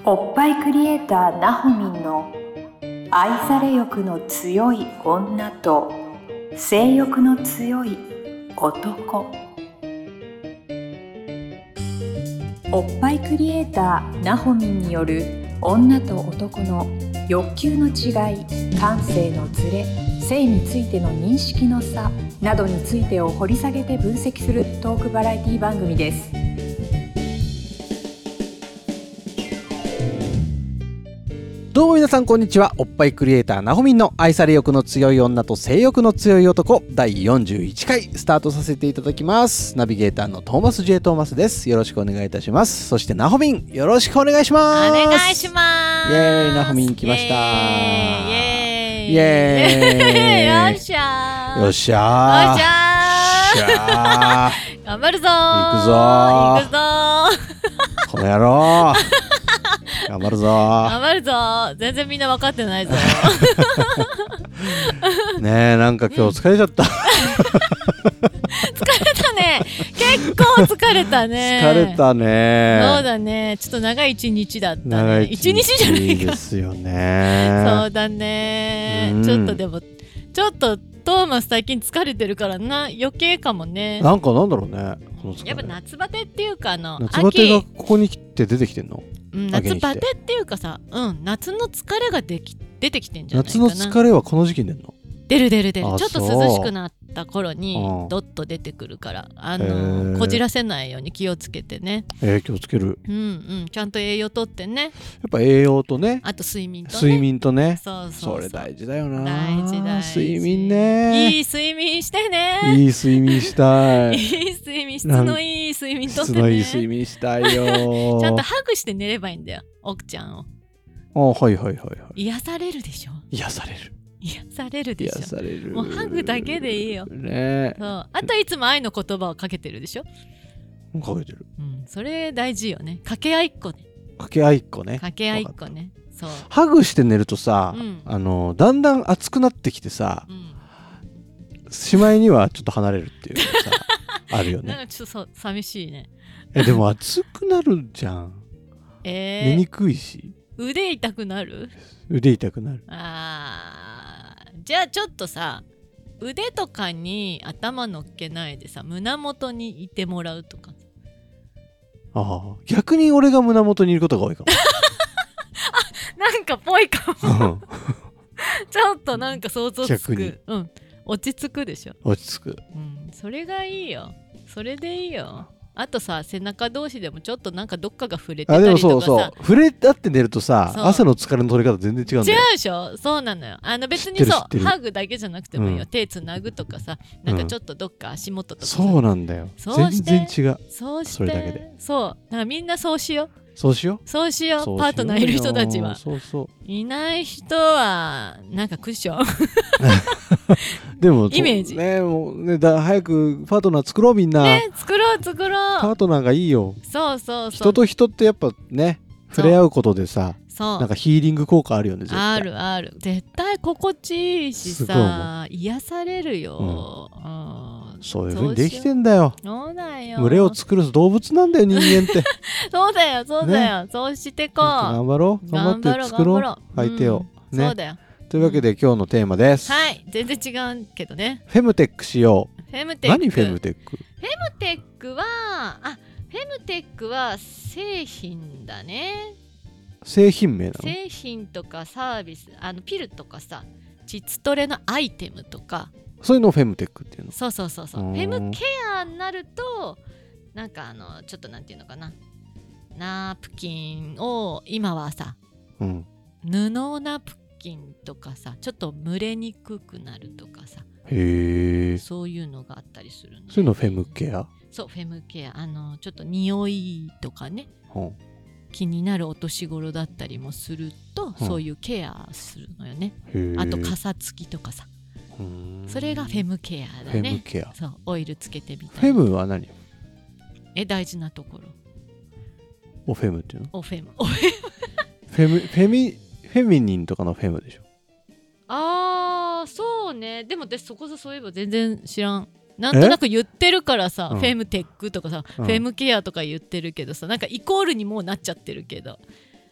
おっぱいクリエイターなほみんの愛され欲の強い女と性欲の強い男。おっぱいクリエイターなほみんによる女と男の欲求の違い、感性のズレ、性についての認識の差などについてを掘り下げて分析するトークバラエティ番組です。 どうも皆さんこんにちは。おっぱいクリエイターなほみんの愛され欲の強い女と性欲の強い男第41回スタートさせていただきます。ナビゲーターのトーマス J トーマスです。よろしくお願いいたします。そしてなほみんよろしくお願いします。 お願いします。 イエーイ、なほみん来ました。 イエーイイエーイよっしゃーよっしゃーよっしゃー頑張るぞー行くぞーこの野郎頑張るぞー頑張るぞー。全然みんな分かってないぞねえ、なんか今日疲れちゃった、 疲れたね。結構疲れたね。 疲れたね。 そうだね。ちょっと長い一日だった長ね。 い一日じゃないか。 ですよね。 そうだね。ちょっとでもちょっとトーマス最近疲れてるからな、余計かもね。 なんかなんだろうね、この疲れ。 やっぱ夏バテっていうか夏バテがここに来て出てきてんの？ 夏バテっていうかさ、夏の疲れが出てきてんじゃないかな。 夏の疲れはこの時期に出るの？ 出る。ちょっと涼しくななった頃にドッと出てくるから、こじらせないように気をつけてね。 気をつける。 ちゃんと栄養とってね。 やっぱ栄養とね、 あと睡眠とね。そうそれ大事だよな。 大事。 睡眠ね。 いい睡眠してね。 いい睡眠したい。 いい睡眠、質のいい睡眠とってね。 質のいい睡眠したいよ。 ちゃんとハグして寝ればいいんだよ、奥ちゃんあ、 を。 はい。 癒されるでしょ。 癒されるでしょ。 癒される。 もうハグだけでいいよね。 そう。あといつも愛の言葉をかけてるでしょ。 かけてる。 それ大事よね。掛け合いっこね。そう。 ハグして寝るとさ、だんだん熱くなってきてさ、しまいにはちょっと離れるっていうさあるよね。 なんかちょっと寂しいね。 でも熱くなるじゃん。寝にくいし。 腕痛くなる。じゃあちょっとさ、腕とかに頭乗っけないでさ、胸元にいてもらうとか。 逆に俺が胸元にいることが多いかもなんかぽいかもちょっとなんか想像つく。 逆に落ち着くでしょ。 落ち着く。 それがいいよ。それでいいよ。あとさ、背中同士でもちょっとなんかどっかが触れてたりとかさ。 でもそう触れ合って寝るとさ、朝の疲れの取り方全然違うんだよ。 違うでしょ。そうなのよ。別にそうハグだけじゃなくてもいいよ。手つなぐとかさ、なんかちょっとどっか足元とか。 そうなんだよ。全然違う。 そうして、 それだけで。 そう。だからみんなそうしよう。パートナーいる人たちは。いない人はなんかクッションでもイメージもうね、早くパートナー作ろうみんな。 作ろう。パートナーがいいよ。 そう。 人と人ってやっぱね、触れ合うことでさ、なんかヒーリング効果あるよね。絶対ある。絶対心地いいしさ、癒されるよ。 そういう風にできてんだよ。 そうだよ。 群れを作る動物なんだよ、人間ってそうだよ。そうしてこう。 頑張って作ろう、相手を。 そうだよ。 というわけで今日のテーマです。 はい、全然違うけどね。 フェムテックしよう。 何フェムテック？ フェムテックは製品だね。 製品名なの？ 製品とかサービス、ピルとかさ、膣トレのアイテムとか、 そういうのをフェムテックっていうの？ そう。フェムケアになると、なんかちょっとなんていうのかな、ナプキンを今はさ、布ナプキンとかさ、ちょっと蒸れにくくなるとかさ、そういうのがあったりするの。 そういうのフェムケア？そう、 フェムケア。ちょっと匂いとかね、気になるお年頃だったりもすると、そういうケアするのよね。あとかさつきとかさ、それがフェムケアだね。 フェムケア。 そう、オイルつけてみたいな。 フェムは何？ 大事なところ。 オフェムっていうの？ オフェム。 フェミニンとかのフェムでしょ。 そうね。でも私そこさ、そういえば全然知らん。なんとなく言ってるからさ、フェムテックとかさ、フェムケアとか言ってるけどさ、なんかイコールにもうなっちゃってるけど、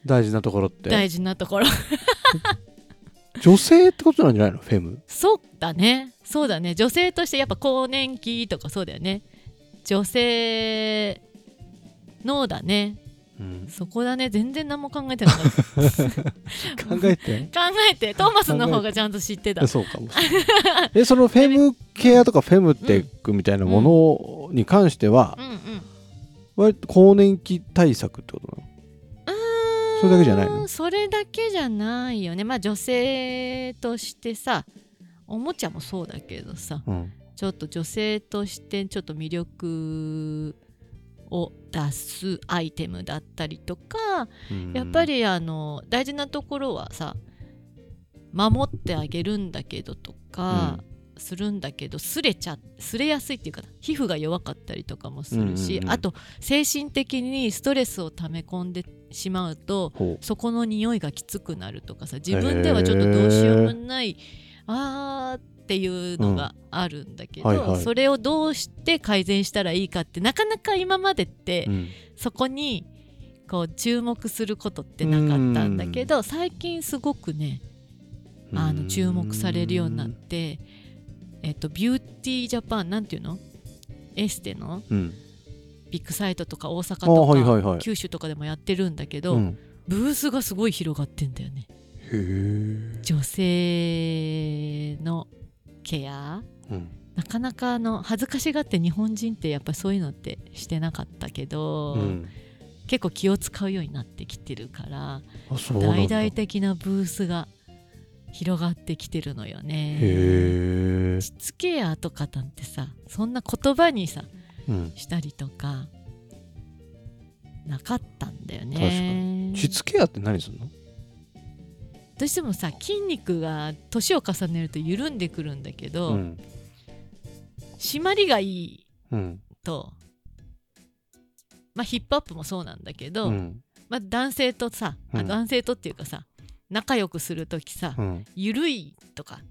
大事なところって大事なところ女性ってことなんじゃないの？フェム。 そうだね女性としてやっぱ更年期とかそうだよね。女性のだね、うん、そこだね。全然何も考えてなかった考えてトーマスの方がちゃんと知ってた。 そうかもそのフェムケアとかフェムテックみたいなものに関しては、割と更年期対策ってことなの？それだけじゃないの？ それだけじゃないよね。まあ女性としてさ、おもちゃもそうだけどさ、ちょっと女性としてちょっと魅力を出すアイテムだったりとか、やっぱり大事なところはさ、守ってあげるんだけどとか、するんだけどすれやすいっていうか、皮膚が弱かったりとかもするし、あと精神的にストレスを溜め込んでしまうと、そこの匂いがきつくなるとかさ、自分ではちょっとどうしようもないっていうのがあるんだけど、それをどうして改善したらいいかってなかなか今までって、そこにこう注目することってなかったんだけど、最近すごくね注目されるようになって、ビューティージャパンなんていうの、エステの、ビッグサイトとか大阪とか、九州とかでもやってるんだけど、ブースがすごい広がってんだよね。女性のケア、なかなか恥ずかしがって日本人ってやっぱそういうのってしてなかったけど、結構気を使うようになってきてるから、大々的なブースが広がってきてるのよね。膣ケアとかなんてさ、そんな言葉にさ、したりとかなかったんだよね。 確かに。膣ケアって何するの？ どうしてもさ、筋肉が年を重ねると緩んでくるんだけど、締まりがいいと、まあヒップアップもそうなんだけど、まあ、男性とさ、男性とっていうかさ、仲良くするときさ、緩いとか、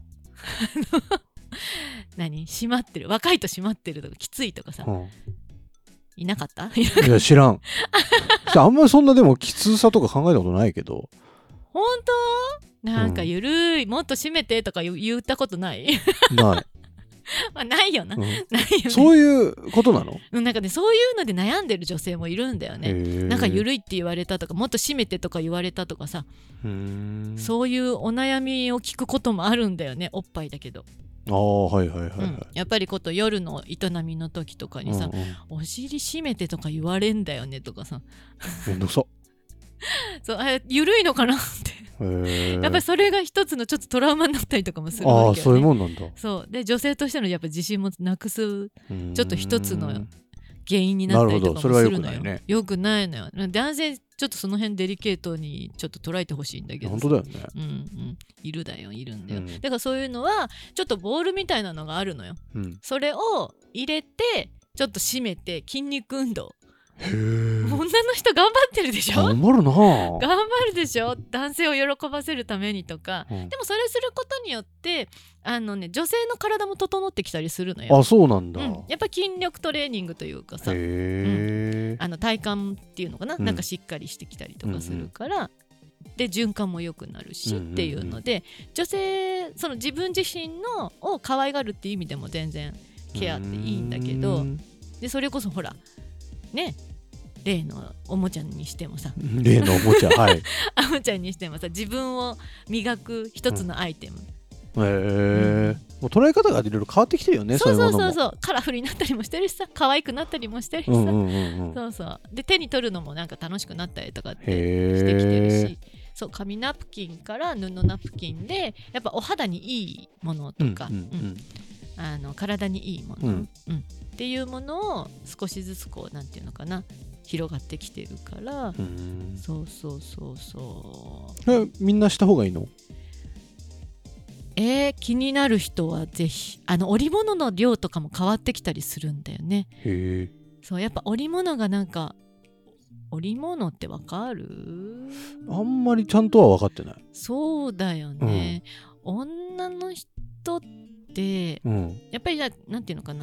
締まってる、若いと締まってるとか、きついとかさ、いなかった？ いや知らんあんまりそんなでもきつさとか考えたことないけど。 本当？なんか緩い、もっと締めてとか言ったことない？ ないまあないよな、ないよね。 そういうことなの？ なんかね、そういうので悩んでる女性もいるんだよね。なんか緩いって言われたとか、もっと締めてとか言われたとかさ、そういうお悩みを聞くこともあるんだよね。おっぱいだけど。やっぱり夜の営みの時とかにさ、お尻締めてとか言われんだよねとかさ、 めんどくさそう、緩いのかなってやっぱりそれが一つのちょっとトラウマになったりとかもするわけよね。 そういうもんなんだ。 そうで、女性としてのやっぱ自信もなくすちょっと一つの原因になったりとかもするのよ。よくないのよ。男性ちょっとその辺デリケートにちょっと捉えてほしいんだけど。 本当だよね。 いるんだよ。だからそういうのはちょっとボールみたいなのがあるのよ。それを入れてちょっと締めて筋肉運動。女の人頑張ってるでしょ。 頑張るな。 頑張るでしょ。男性を喜ばせるためにとか、でもそれすることによって女性の体も整ってきたりするのよ。 そうなんだ。 やっぱ筋力トレーニングというかさ、体幹っていうのかな、なんかしっかりしてきたりとかするから、で循環も良くなるしっていうので、女性その自分自身のを可愛がるっていう意味でも全然ケアっていいんだけど、でそれこそほらね、例のおもちゃにしてもさ、 例のおもちゃおもちゃにしてもさ、自分を磨く一つのアイテム。 もう捉え方がいろいろ変わってきてるよね。 そうカラフルになったりもしてるしさ、可愛くなったりもしてるしさ、で手に取るのもなんか楽しくなったりとかってしてきてるし、そう、紙ナプキンから布ナプキンでやっぱお肌にいいものとか、体にいいもの、っていうものを少しずつこうなんていうのかな、広がってきてるから、 みんなした方がいいの？ 気になる人はぜひ織物の量とかも変わってきたりするんだよね。そう、やっぱ織物がなんか、織物ってわかる？ あんまりちゃんとは分かってない。 そうだよね、女の人って、やっぱりなんていうのかな、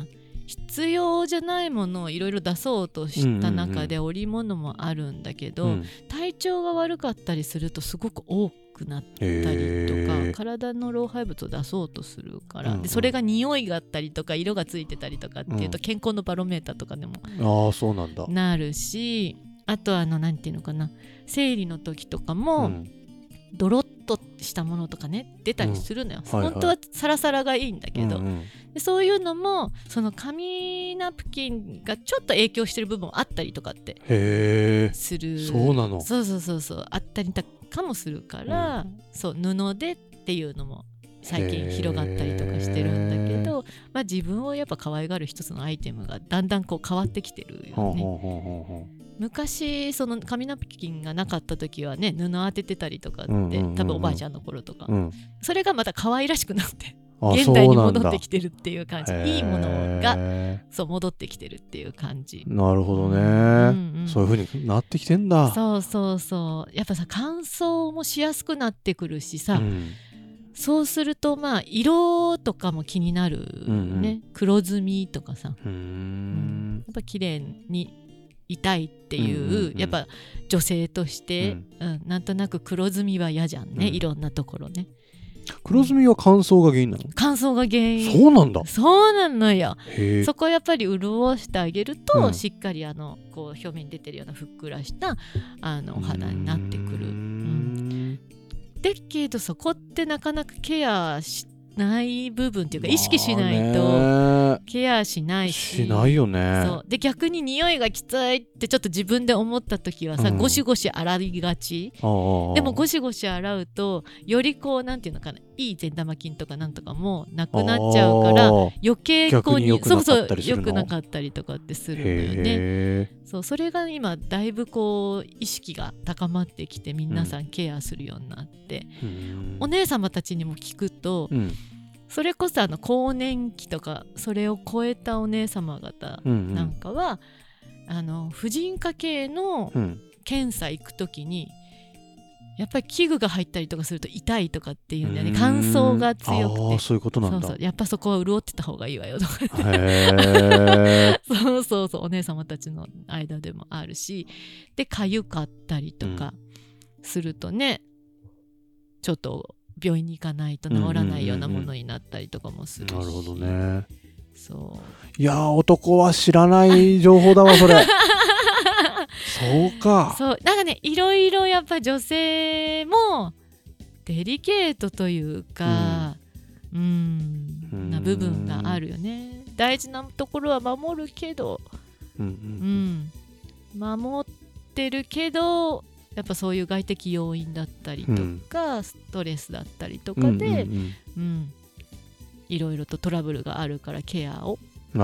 必要じゃないものをいろいろ出そうとした中で織物もあるんだけど、体調が悪かったりするとすごく多くなったりとか、体の老廃物を出そうとするから、でそれが匂いがあったりとか色がついてたりとかっていうと、健康のバロメーターとかでもなるし、あとなんていうのかな、生理の時とかも、ドロッとしたものとかね出たりするのよ、本当はサラサラがいいんだけど、でそういうのもその紙ナプキンがちょっと影響してる部分あったりとかってする。 そうなの。 そうあったりかもするから、そう布でっていうのも最近広がったりとかしてるんだけど、自分をやっぱ可愛がる一つのアイテムがだんだんこう変わってきてるよね。昔その紙ナプキンがなかった時はね、布当ててたりとかって、多分おばあちゃんの頃とか、それがまた可愛らしくなって現代に戻ってきてるっていう感じ、いいものがそう戻ってきてるっていう感じ。 なるほどね、そういう風になってきてんだ。 そうやっぱさ、乾燥もしやすくなってくるしさ、そうすると色とかも気になるね、黒ずみとかさ、やっぱ綺麗に痛いっていう、やっぱ女性として、なんとなく黒ずみは嫌じゃんね、いろんなところね。 黒ずみは乾燥が原因なの？ 乾燥が原因。 そうなんだ。 そうなのよ。そこをやっぱり潤してあげると、しっかりこう表面に出てるようなふっくらしたお肌になってくる。だけどそこってなかなかケアしない部分っていうか、意識しないとケアしないしないよね。 そうで、逆に匂いがきついってちょっと自分で思った時はさ、ゴシゴシ洗いがち。でもゴシゴシ洗うとよりこうなんていうのかな、いい善玉菌とかなんとかもなくなっちゃうから、余計こう良くなかったりとかってするのよね。それが今だいぶこう意識が高まってきて、皆さんケアするようになって、お姉様たちにも聞くと、それこそ更年期とかそれを超えたお姉様方なんかは、婦人科系の検査行くときにやっぱり器具が入ったりとかすると痛いとかっていうんだよね。乾燥が強くて。 そういうことなんだ。 やっぱそこは潤ってた方がいいわよとかそうお姉様たちの間でもあるし、で痒かったりとかするとね、ちょっと病院に行かないと治らないようなものになったりとかもするし。 なるほどね。 そういや男は知らない情報だわそれそうか。 なんかね、いろいろやっぱ女性もデリケートというか、な部分があるよね。大事なところは守るけど、守ってるけど、やっぱそういう外的要因だったりとか、ストレスだったりとかで、いろいろとトラブルがあるからケアを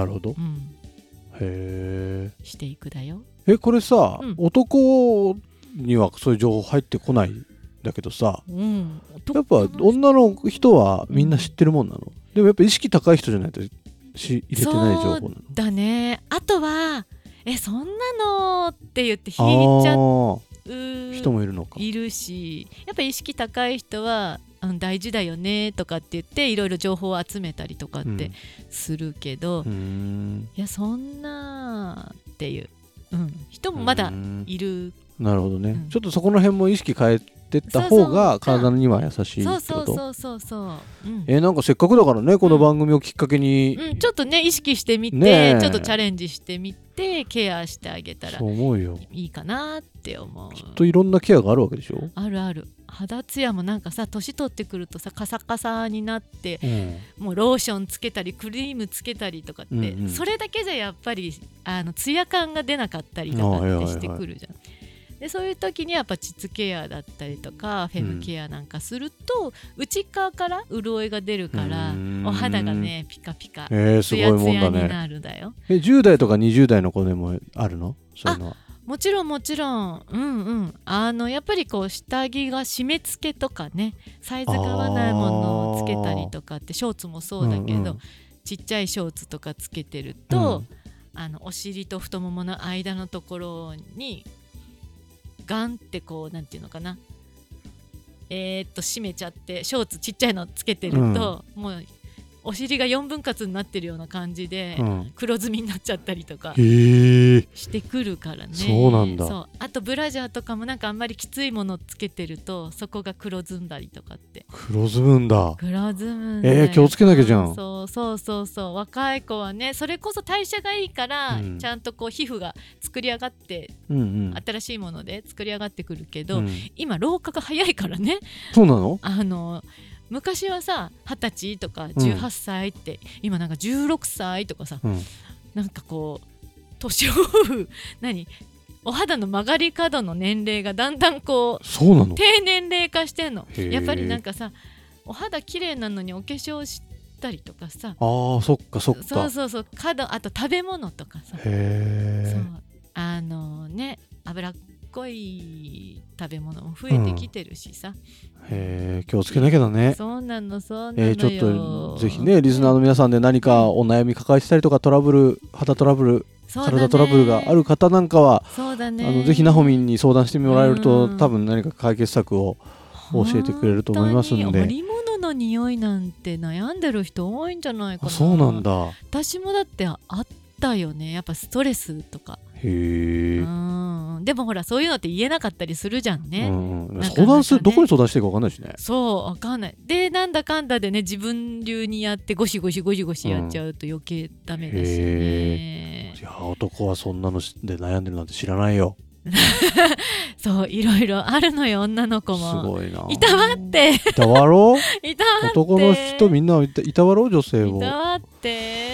していくだよ。 これさ、男にはそういう情報入ってこないんだけどさ、やっぱ女の人はみんな知ってるもんなの？でもやっぱ意識高い人じゃないと入れてない情報なの？ そうだね。あとはそんなのって言って引いちゃう人もいるのか。 いるし、やっぱ意識高い人は大事だよねとかって言っていろいろ情報を集めたりとかってするけど、いやそんなっていう、人もまだいる。 なるほどね、ちょっとそこの辺も意識変えてった方が体には優しいってこと。なんかせっかくだからね、この番組をきっかけに、 ちょっとね意識してみて、ちょっとチャレンジしてみてケアしてあげたらいいかなって思う。 きっといろんなケアがあるわけでしょ。 あるある。肌ツヤもなんかさ、年取ってくるとさカサカサになって、もうローションつけたりクリームつけたりとかって、それだけじゃやっぱりツヤ感が出なかったりとかってしてくるじゃん。でそういう時にやっぱ膣ケアだったりとかフェムケアなんかすると、内側から潤いが出るからお肌がねピカピカツヤツヤになるんだよ。 10代とか20代の子でもあるの？そういうのは。 もちろんやっぱりこう下着が締め付けとかね、サイズが合わないものをつけたりとかって、ショーツもそうだけど、ちっちゃいショーツとかつけてると、お尻と太ももの間のところにガンってこうなんていうのかな、締めちゃって、ショーツちっちゃいのつけてると、もうお尻が4分割になってるような感じで、黒ずみになっちゃったりとかしてくるからね。 そうなんだ。 そう、あとブラジャーとかもなんかあんまりきついものつけてるとそこが黒ずんだりとかって。 黒ずむんだ。 黒ずむんだ。 気をつけなきゃじゃん。 そう若い子はね、それこそ代謝がいいから、ちゃんとこう皮膚が作り上がって、新しいもので作り上がってくるけど、今老化が早いからね。 そうなの？ 昔はさ20歳とか18歳って、今なんか16歳とかさ、なんかこう年を追うお肌の曲がり角の年齢がだんだんこう低年齢化してんの。やっぱりなんかさ、お肌綺麗なのにお化粧したりとかさ、 そっかそうあと食べ物とかさ、脂っこい食べ物も増えてきてるしさ、 気をつけなきゃだね。 そうなのよ。 ちょっとぜひね、リスナーの皆さんで何かお悩み抱えてたりとか、肌トラブル、体トラブルがある方なんかは、ぜひなほみんに相談してもらえると、多分何か解決策を教えてくれると思いますので。 織物の匂いなんて悩んでる人多いんじゃないかな。 そうなんだ。 私もだってあったよね、やっぱストレスとか。でもほらそういうのって言えなかったりするじゃんね。 相談する、どこに相談していいか分かんないしね。 そう分かんない。でなんだかんだでね、自分流にやってゴシゴシやっちゃうと余計ダメだしね。 いや、男はそんなので悩んでるなんて知らないよ。 そう、いろいろあるのよ、女の子も。 すごいな。 いたわって。 いたわろう。 いたわって。 男の人みんないたわろう、女性を。 いたわって。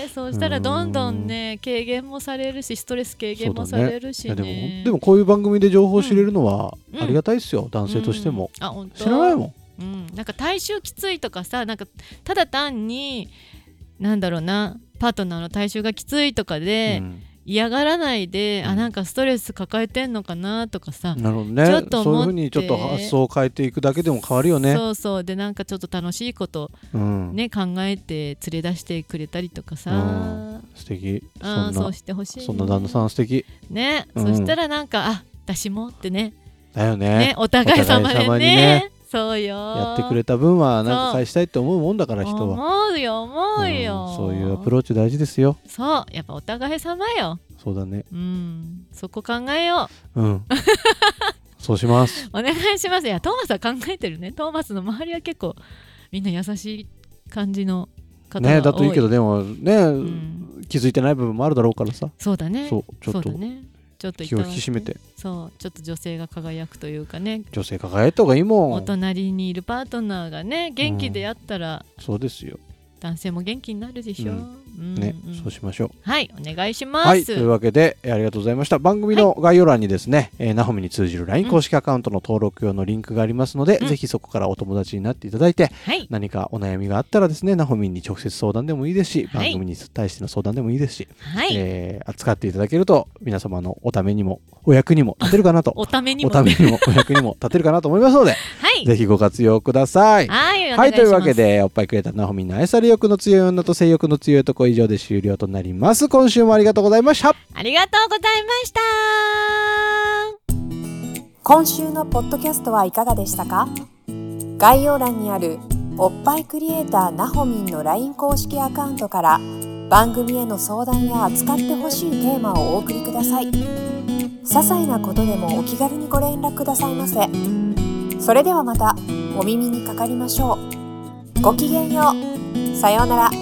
そうしたらどんどんね、軽減もされるし、ストレス軽減もされるしね。 でもこういう番組で情報を知れるのはありがたいですよ、男性としても。知らないもん。なんか体臭きついとかさ、なんかただ単になんだろうな、パートナーの体臭がきついとかで。嫌がらないで、なんかストレス抱えてんのかなとかさ、 なるほどね、そういうふうにちょっと発想を変えていくだけでも変わるよね。 そうで、なんかちょっと楽しいこと、ね、考えて連れ出してくれたりとかさ、 素敵。 そうしてほしい、ね、 そんな旦那さん素敵ね。そしたらなんか私もってね、 だよね、 お互い様でね。そうよ、 やってくれた分はなんか返したいって思うもんだから、人は。 思うよ、 そういうアプローチ大事ですよ。 そう、やっぱお互い様よ。 そうだね。 そこ考えよう。 そうします。 お願いします。いや、トーマスは考えてるね。トーマスの周りは結構みんな優しい感じの方が多いね。 だといいけど、でもね、気づいてない部分もあるだろうからさ。 そうだね。 ちょっと気を引き締めて。 そう、ちょっと女性が輝くというかね。 女性輝いた方がいいもん。 お隣にいるパートナーがね、元気であったら、 そうですよ。 男性も元気になるでしょ。 ね、そうしましょう。 はい、お願いします。 というわけで、ありがとうございました。番組の概要欄にですね、なほみに通じる LINE 公式アカウントの登録用のリンクがありますので、ぜひそこからお友達になっていただいて、何かお悩みがあったらですね、なほみに直接相談でもいいですし、番組に対しての相談でもいいですし、扱っていただけると皆様のおためにもお役にも立てるかなとお役にも立てるかなと思いますので、ぜひご活用ください。はい、というわけで、おっぱいくれたなほみの愛され欲の強い女と性欲の強い男、以上で終了となります。今週もありがとうございました。 ありがとうございました。 今週のポッドキャストはいかがでしたか？概要欄にあるおっぱいクリエイターなほみんの LINE 公式アカウントから番組への相談や扱ってほしいテーマをお送りください。些細なことでもお気軽にご連絡くださいませ。それではまたお耳にかかりましょう。ごきげんよう。さようなら。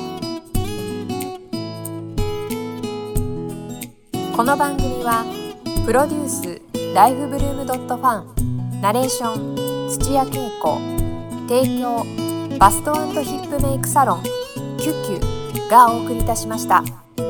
この番組はプロデュースライフブルームドットファン、ナレーション土屋恵子、提供バスト&ヒップメイクサロンキュッキュがお送りいたしました。